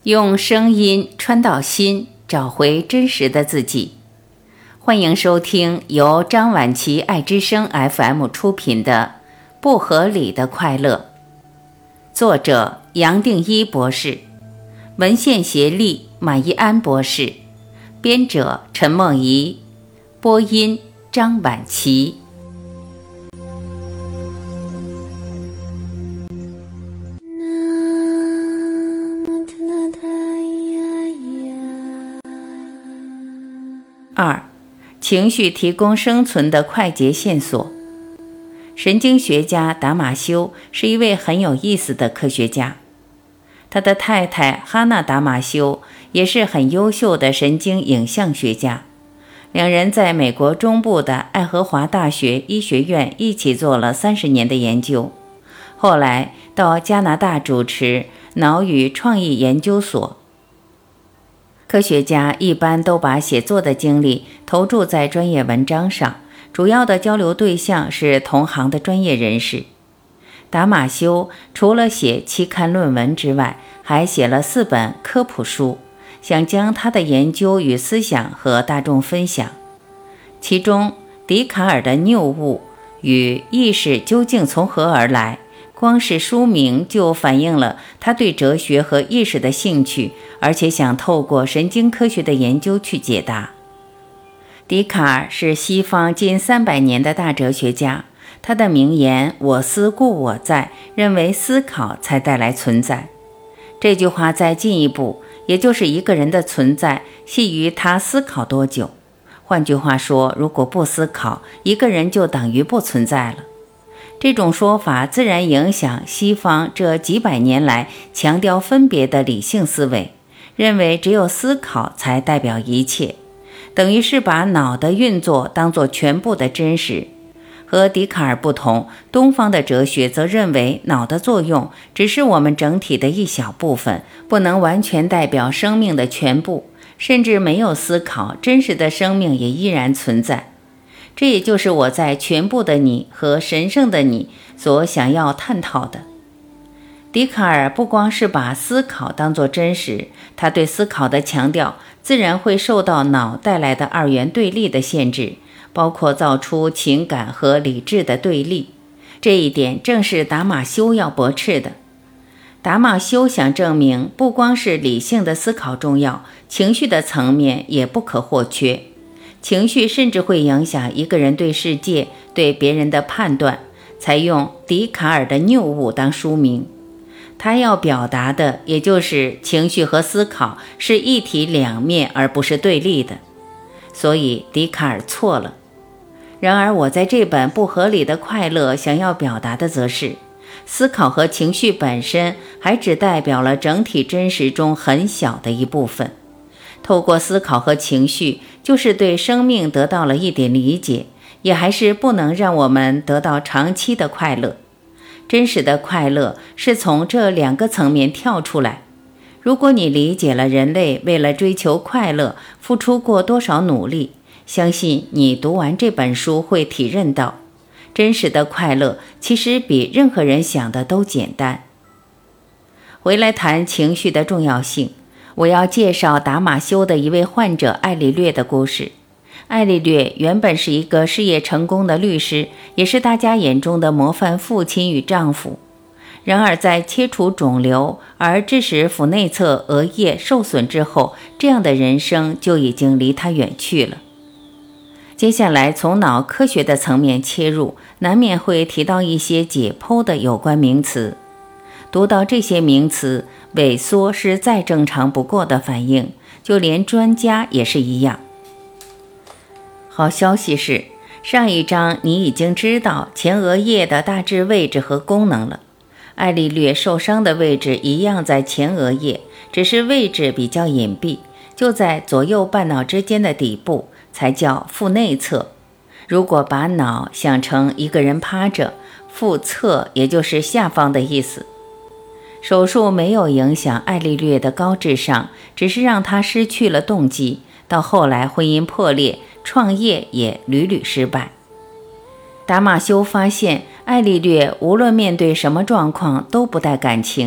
用声音穿到心，找回真实的自己。欢迎收听由张晚琪爱之声 FM 出品的《不合理的快乐》，作者杨定一博士，文献协力马一安博士，编者陈梦怡，播音张晚琪。2. 情绪提供生存的快捷线索。神经学家达马修是一位很有意思的科学家，他的太太哈娜·达马修也是很优秀的神经影像学家，两人在美国中部的爱荷华大学医学院一起做了30年的研究，后来到加拿大主持脑与创意研究所。科学家一般都把写作的精力投注在专业文章上，主要的交流对象是同行的专业人士。达马修除了写期刊论文之外，还写了4本科普书，想将他的研究与思想和大众分享。其中，笛卡尔的谬误与意识究竟从何而来，光是书名就反映了他对哲学和意识的兴趣，而且想透过神经科学的研究去解答。笛卡尔是西方近300年的大哲学家，他的名言"我思故我在"认为思考才带来存在。这句话再进一步，也就是一个人的存在系于他思考多久。换句话说，如果不思考，一个人就等于不存在了。这种说法自然影响西方这几百年来强调分别的理性思维，认为只有思考才代表一切，等于是把脑的运作当作全部的真实。和笛卡尔不同，东方的哲学则认为脑的作用只是我们整体的一小部分，不能完全代表生命的全部，甚至没有思考，真实的生命也依然存在。这也就是我在全部的你和神圣的你所想要探讨的。笛卡尔不光是把思考当作真实，他对思考的强调自然会受到脑带来的二元对立的限制，包括造出情感和理智的对立。这一点正是达马修要驳斥的。达马修想证明，不光是理性的思考重要，情绪的层面也不可或缺。情绪甚至会影响一个人对世界、对别人的判断，才用笛卡尔的谬误当书名。他要表达的，也就是情绪和思考是一体两面，而不是对立的。所以笛卡尔错了。然而我在这本《不合理的快乐》想要表达的则是，思考和情绪本身还只代表了整体真实中很小的一部分。透过思考和情绪，就是对生命得到了一点理解，也还是不能让我们得到长期的快乐。真实的快乐是从这2个层面跳出来。如果你理解了人类为了追求快乐付出过多少努力，相信你读完这本书会体认到，真实的快乐其实比任何人想的都简单。回来谈情绪的重要性，我要介绍达马修的一位患者艾利略的故事。艾利略原本是一个事业成功的律师，也是大家眼中的模范父亲与丈夫。然而在切除肿瘤而致使腹内侧额叶受损之后，这样的人生就已经离他远去了。接下来从脑科学的层面切入，难免会提到一些解剖的有关名词。读到这些名词，萎缩是再正常不过的反应，就连专家也是一样。好消息是，上一章你已经知道前额叶的大致位置和功能了。艾利略受伤的位置一样在前额叶，只是位置比较隐蔽，就在左右半脑之间的底部，才叫腹内侧。如果把脑想成一个人趴着，腹侧也就是下方的意思。手术没有影响艾利略的高智商，只是让他失去了动机，到后来婚姻破裂，创业也屡屡失败。达马修发现艾利略无论面对什么状况都不带感情，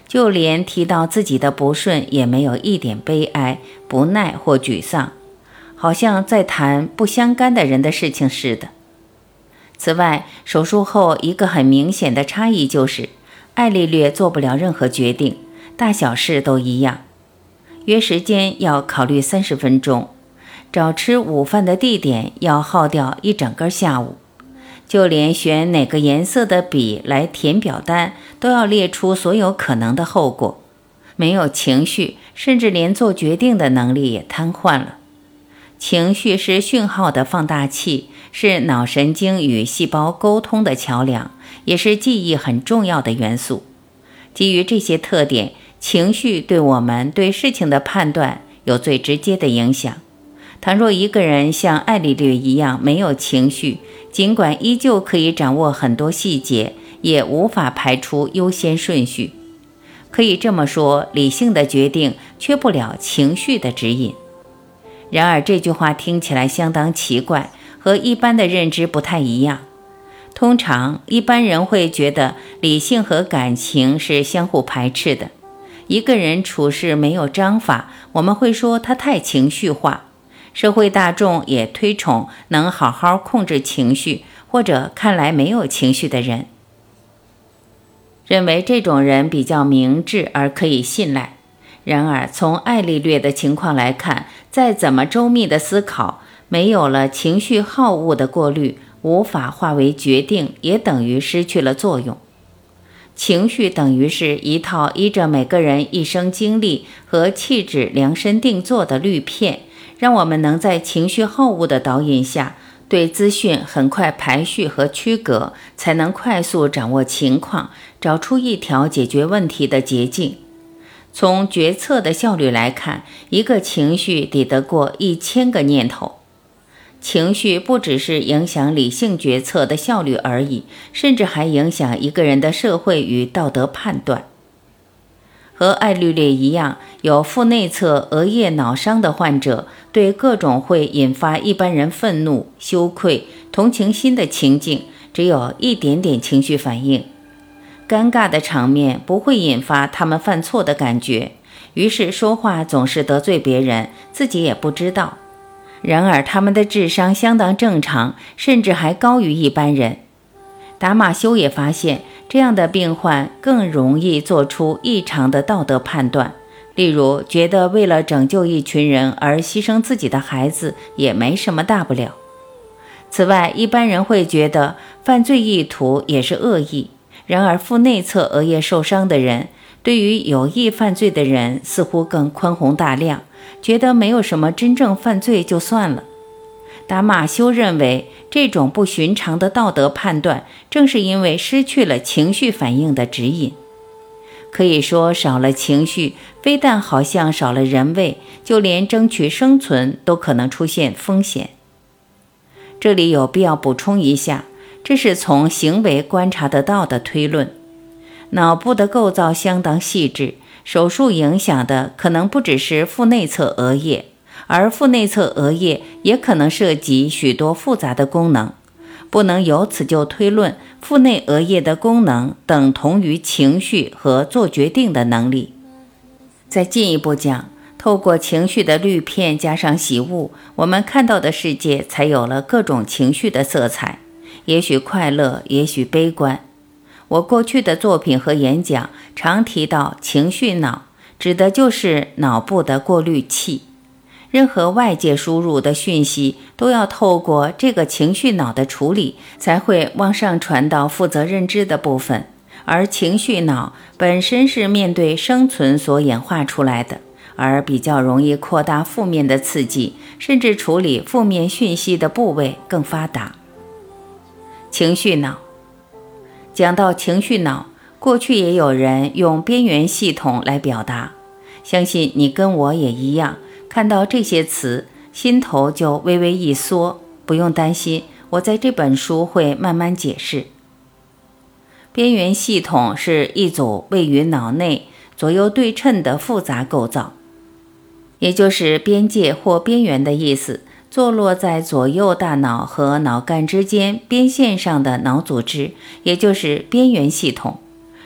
就连提到自己的不顺也没有一点悲哀、不耐或沮丧，好像在谈不相干的人的事情似的。此外，手术后一个很明显的差异就是，艾丽略做不了任何决定，大小事都一样。约时间要考虑30分钟，找吃午饭的地点要耗掉一整个下午，就连选哪个颜色的笔来填表单，都要列出所有可能的后果。没有情绪，甚至连做决定的能力也瘫痪了。情绪是讯号的放大器，是脑神经与细胞沟通的桥梁，也是记忆很重要的元素。基于这些特点，情绪对我们对事情的判断有最直接的影响。倘若一个人像艾丽略一样没有情绪，尽管依旧可以掌握很多细节，也无法排出优先顺序。可以这么说，理性的决定缺不了情绪的指引。然而这句话听起来相当奇怪，和一般的认知不太一样。通常一般人会觉得理性和感情是相互排斥的。一个人处事没有章法，我们会说他太情绪化。社会大众也推崇能好好控制情绪，或者看来没有情绪的人，认为这种人比较明智而可以信赖。然而从艾丽略的情况来看，再怎么周密的思考，没有了情绪好恶的过滤，无法化为决定，也等于失去了作用。情绪等于是一套依着每个人一生经历和气质量身定做的滤片，让我们能在情绪好恶的导引下，对资讯很快排序和区隔，才能快速掌握情况，找出一条解决问题的捷径。从决策的效率来看，一个情绪抵得过1000个念头。情绪不只是影响理性决策的效率而已，甚至还影响一个人的社会与道德判断。和艾丽略一样，有腹内侧额叶脑伤的患者，对各种会引发一般人愤怒、羞愧、同情心的情境，只有一点点情绪反应。尴尬的场面不会引发他们犯错的感觉，于是说话总是得罪别人，自己也不知道。然而他们的智商相当正常，甚至还高于一般人。达马修也发现，这样的病患更容易做出异常的道德判断，例如觉得为了拯救一群人而牺牲自己的孩子也没什么大不了。此外，一般人会觉得犯罪意图也是恶意，然而腹内侧额叶受伤的人对于有意犯罪的人似乎更宽宏大量，觉得没有什么真正犯罪就算了。达马修认为，这种不寻常的道德判断正是因为失去了情绪反应的指引。可以说，少了情绪，非但好像少了人味，就连争取生存都可能出现风险。这里有必要补充一下，这是从行为观察得到的推论。脑部的构造相当细致，手术影响的可能不只是腹内侧额叶，而腹内侧额叶也可能涉及许多复杂的功能，不能由此就推论腹内额叶的功能等同于情绪和做决定的能力。再进一步讲，透过情绪的滤片加上洗物，我们看到的世界才有了各种情绪的色彩，也许快乐，也许悲观。我过去的作品和演讲常提到情绪脑，指的就是脑部的过滤器。任何外界输入的讯息都要透过这个情绪脑的处理，才会往上传到负责认知的部分，而情绪脑本身是面对生存所演化出来的，而比较容易扩大负面的刺激，甚至处理负面讯息的部位更发达。情绪脑，讲到情绪脑，过去也有人用边缘系统来表达，相信你跟我也一样，看到这些词，心头就微微一缩。不用担心，我在这本书会慢慢解释。边缘系统是一组位于脑内左右对称的复杂构造，也就是边界或边缘的意思，坐落在左右大脑和脑干之间边线上的脑组织，也就是边缘系统。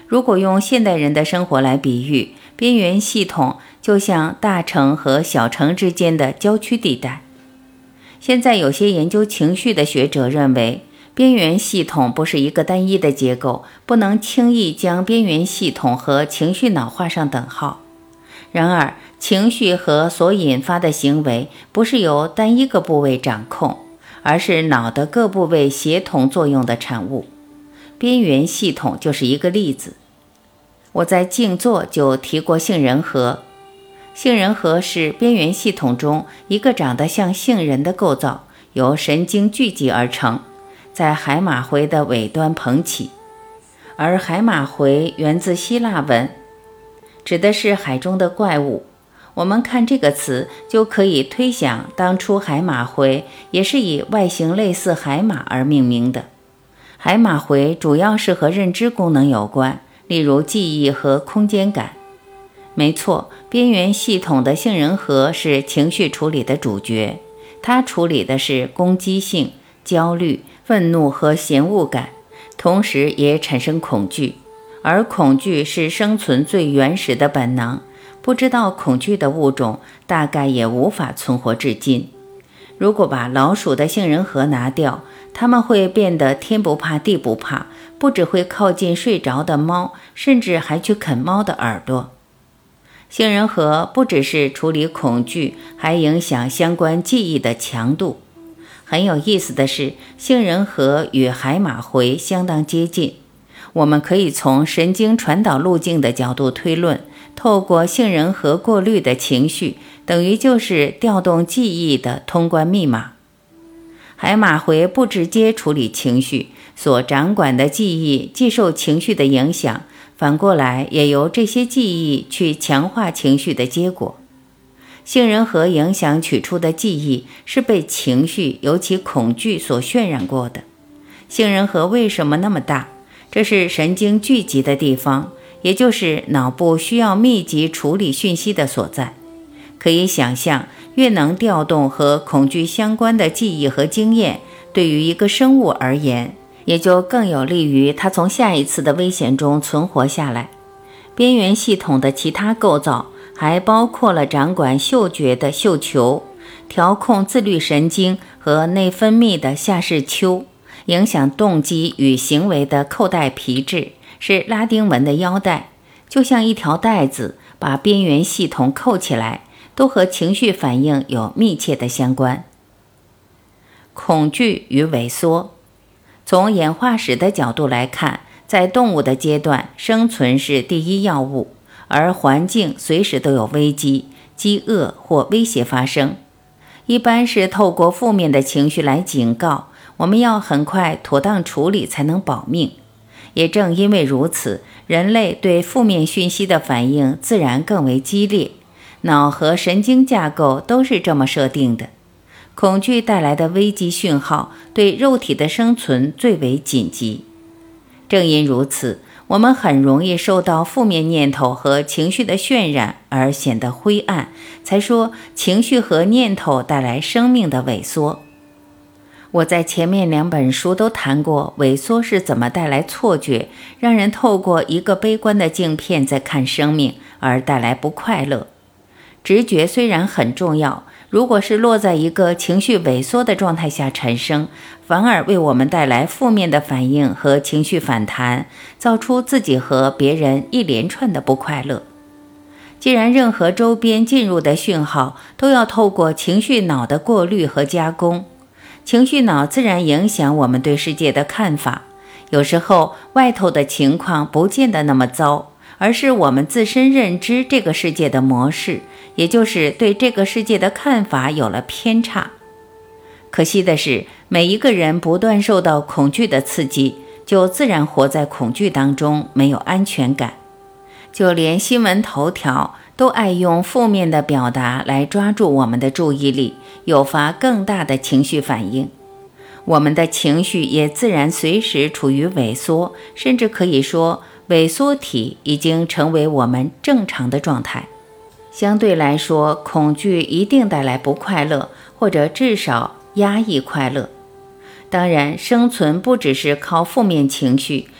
如果用现代人的生活来比喻，边缘系统就像大城和小城之间的郊区地带。现在有些研究情绪的学者认为，边缘系统不是一个单一的结构，不能轻易将边缘系统和情绪脑画上等号。然而，情绪和所引发的行为不是由单一个部位掌控，而是脑的各部位协同作用的产物。边缘系统就是一个例子。我在静坐就提过杏仁核。杏仁核是边缘系统中一个长得像杏仁的构造，由神经聚集而成，在海马回的尾端膨起。而海马回源自希腊文，指的是海中的怪物。我们看这个词就可以推想，当初海马回也是以外形类似海马而命名的。海马回主要是和认知功能有关，例如记忆和空间感。没错，边缘系统的杏仁核是情绪处理的主角，它处理的是攻击性、焦虑、愤怒和嫌恶感，同时也产生恐惧，而恐惧是生存最原始的本能。不知道恐惧的物种大概也无法存活至今。如果把老鼠的杏仁核拿掉，它们会变得天不怕地不怕，不只会靠近睡着的猫，甚至还去啃猫的耳朵。杏仁核不只是处理恐惧，还影响相关记忆的强度。很有意思的是，杏仁核与海马回相当接近。我们可以从神经传导路径的角度推论，透过杏仁核过滤的情绪，等于就是调动记忆的通关密码。海马回不直接处理情绪，所掌管的记忆既受情绪的影响，反过来也由这些记忆去强化情绪的结果。杏仁核影响取出的记忆是被情绪，尤其恐惧所渲染过的。杏仁核为什么那么大？这是神经聚集的地方，也就是脑部需要密集处理讯息的所在。可以想象，越能调动和恐惧相关的记忆和经验，对于一个生物而言，也就更有利于它从下一次的危险中存活下来。边缘系统的其他构造还包括了掌管嗅觉的嗅球，调控自律神经和内分泌的下视丘，影响动机与行为的扣带皮质，是拉丁文的腰带，就像一条带子把边缘系统扣起来，都和情绪反应有密切的相关。恐惧与萎缩，从演化史的角度来看，在动物的阶段，生存是第一要务，而环境随时都有危机、饥饿或威胁发生。一般是透过负面的情绪来警告，我们要很快妥当处理才能保命。也正因为如此，人类对负面讯息的反应自然更为激烈，脑和神经架构都是这么设定的。恐惧带来的危机讯号对肉体的生存最为紧急。正因如此，我们很容易受到负面念头和情绪的渲染而显得灰暗，才说情绪和念头带来生命的萎缩。我在前面2本书都谈过，萎缩是怎么带来错觉，让人透过一个悲观的镜片在看生命，而带来不快乐。直觉虽然很重要，如果是落在一个情绪萎缩的状态下产生，反而为我们带来负面的反应和情绪反弹，造出自己和别人一连串的不快乐。既然任何周边进入的讯号都要透过情绪脑的过滤和加工，情绪脑自然影响我们对世界的看法。有时候外头的情况不见得那么糟，而是我们自身认知这个世界的模式，也就是对这个世界的看法有了偏差。可惜的是，每一个人不断受到恐惧的刺激，就自然活在恐惧当中，没有安全感。就连新闻头条都爱用负面的表达来抓住我们的注意力，诱发更大的情绪反应。我们的情绪也自然随时处于萎缩，甚至可以说萎缩体已经成为我们正常的状态。相对来说，恐惧一定带来不快乐，或者至少压抑快乐。当然，生存不只是靠负面情绪，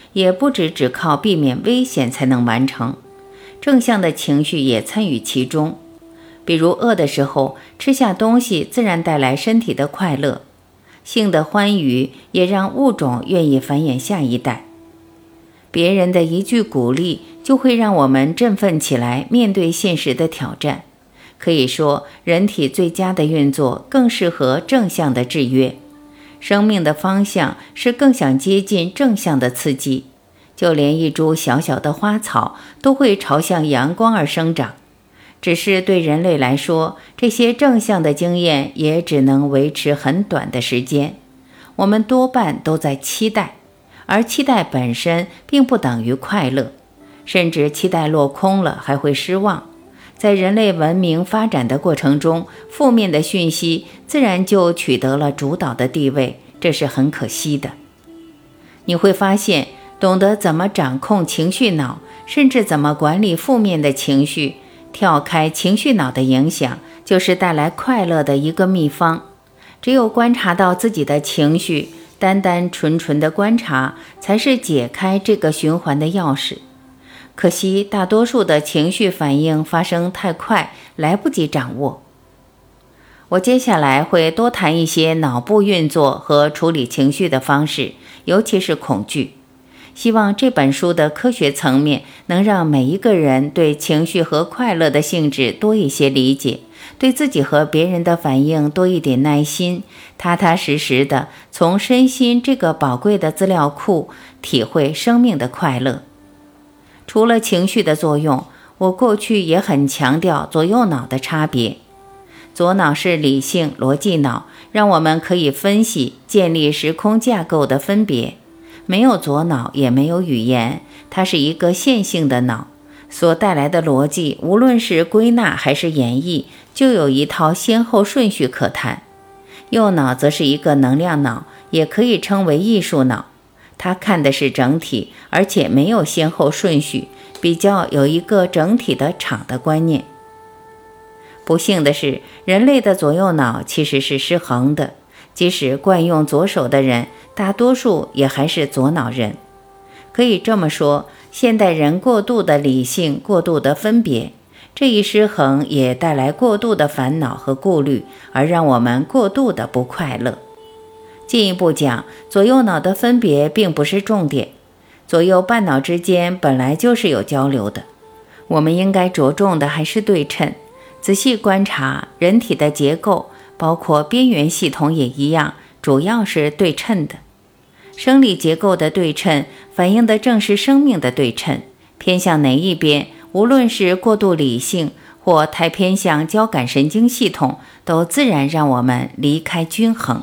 也不只靠避免危险才能完成，正向的情绪也参与其中。比如饿的时候，吃下东西自然带来身体的快乐，性的欢愉也让物种愿意繁衍下一代。别人的一句鼓励就会让我们振奋起来，面对现实的挑战。可以说，人体最佳的运作更适合正向的制约，生命的方向是更想接近正向的刺激。就连一株小小的花草都会朝向阳光而生长，只是对人类来说，这些正向的经验也只能维持很短的时间。我们多半都在期待，而期待本身并不等于快乐，甚至期待落空了还会失望。在人类文明发展的过程中，负面的讯息自然就取得了主导的地位，这是很可惜的。你会发现，懂得怎么掌控情绪脑，甚至怎么管理负面的情绪，跳开情绪脑的影响，就是带来快乐的一个秘方。只有观察到自己的情绪，单单纯纯的观察，才是解开这个循环的钥匙。可惜大多数的情绪反应发生太快，来不及掌握。我接下来会多谈一些脑部运作和处理情绪的方式，尤其是恐惧。希望这本书的科学层面能让每一个人对情绪和快乐的性质多一些理解，对自己和别人的反应多一点耐心，踏踏实实的从身心这个宝贵的资料库体会生命的快乐。除了情绪的作用，我过去也很强调左右脑的差别。左脑是理性逻辑脑，让我们可以分析建立时空架构的分别。没有左脑也没有语言，它是一个线性的脑，所带来的逻辑无论是归纳还是演绎，就有一套先后顺序可谈。右脑则是一个能量脑，也可以称为艺术脑，它看的是整体，而且没有先后顺序，比较有一个整体的场的观念。不幸的是，人类的左右脑其实是失衡的，即使惯用左手的人，大多数也还是左脑人。可以这么说，现代人过度的理性，过度的分别，这一失衡也带来过度的烦恼和顾虑，而让我们过度的不快乐。进一步讲，左右脑的分别并不是重点，左右半脑之间本来就是有交流的。我们应该着重的还是对称，仔细观察人体的结构，包括边缘系统也一样，主要是对称的。生理结构的对称反映的正是生命的对称，偏向哪一边，无论是过度理性或太偏向交感神经系统，都自然让我们离开均衡。